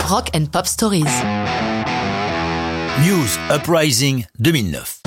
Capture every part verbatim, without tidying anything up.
Rock and Pop Stories. Muse Uprising deux mille neuf.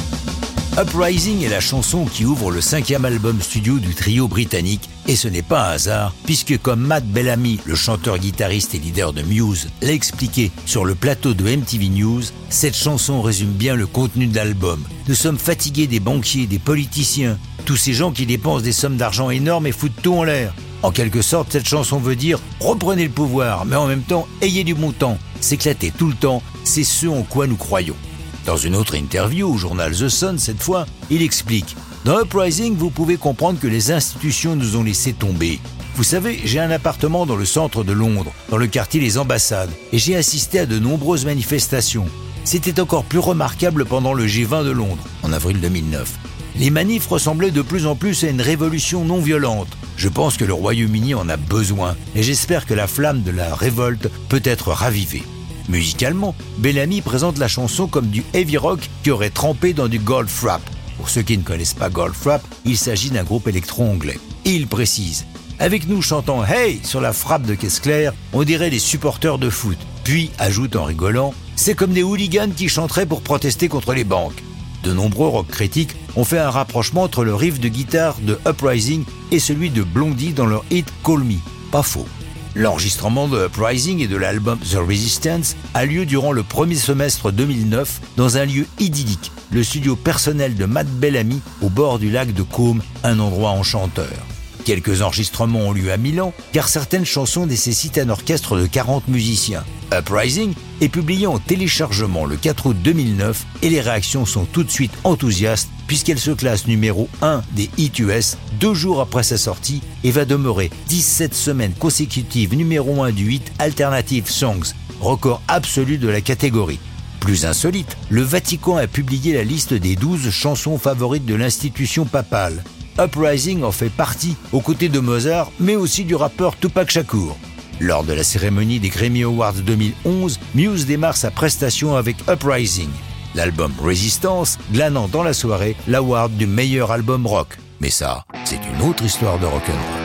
Uprising est la chanson qui ouvre le cinquième album studio du trio britannique, et ce n'est pas un hasard, puisque comme Matt Bellamy, le chanteur, guitariste et leader de Muse, l'a expliqué sur le plateau de M T V News, cette chanson résume bien le contenu de l'album. Nous sommes fatigués des banquiers, des politiciens, tous ces gens qui dépensent des sommes d'argent énormes et foutent tout en l'air. En quelque sorte, cette chanson veut dire « reprenez le pouvoir, mais en même temps, ayez du bon temps, s'éclater tout le temps, c'est ce en quoi nous croyons ». Dans une autre interview au journal The Sun, cette fois, il explique « Dans Uprising, vous pouvez comprendre que les institutions nous ont laissé tomber. Vous savez, j'ai un appartement dans le centre de Londres, dans le quartier des Ambassades, et j'ai assisté à de nombreuses manifestations. C'était encore plus remarquable pendant le G vingt de Londres, en avril deux mille neuf. Les manifs ressemblaient de plus en plus à une révolution non violente. Je pense que le Royaume-Uni en a besoin, et j'espère que la flamme de la révolte peut être ravivée. » Musicalement, Bellamy présente la chanson comme du heavy rock qui aurait trempé dans du goldfrapp. Pour ceux qui ne connaissent pas goldfrapp, il s'agit d'un groupe électro-anglais. Et il précise « Avec nous chantant « Hey » sur la frappe de caisse claire, on dirait des supporters de foot. » Puis, ajoute en rigolant « C'est comme des hooligans qui chanteraient pour protester contre les banques. » De nombreux rock critiques ont fait un rapprochement entre le riff de guitare de Uprising et celui de Blondie dans leur hit Call Me. Pas faux. L'enregistrement de Uprising et de l'album The Resistance a lieu durant le premier semestre deux mille neuf dans un lieu idyllique, le studio personnel de Matt Bellamy au bord du lac de Côme, un endroit enchanteur. Quelques enregistrements ont lieu à Milan, car certaines chansons nécessitent un orchestre de quarante musiciens. Uprising est publié en téléchargement le quatre août deux mille neuf et les réactions sont tout de suite enthousiastes puisqu'elle se classe numéro un des hits U S deux jours après sa sortie et va demeurer dix-sept semaines consécutives numéro un du hit Alternative Songs, record absolu de la catégorie. Plus insolite, le Vatican a publié la liste des douze chansons favorites de l'institution papale. Uprising en fait partie, aux côtés de Mozart, mais aussi du rappeur Tupac Shakur. Lors de la cérémonie des Grammy Awards deux mille onze, Muse démarre sa prestation avec Uprising. L'album Resistance glanant dans la soirée l'award du meilleur album rock. Mais ça, c'est une autre histoire de rock'n'roll.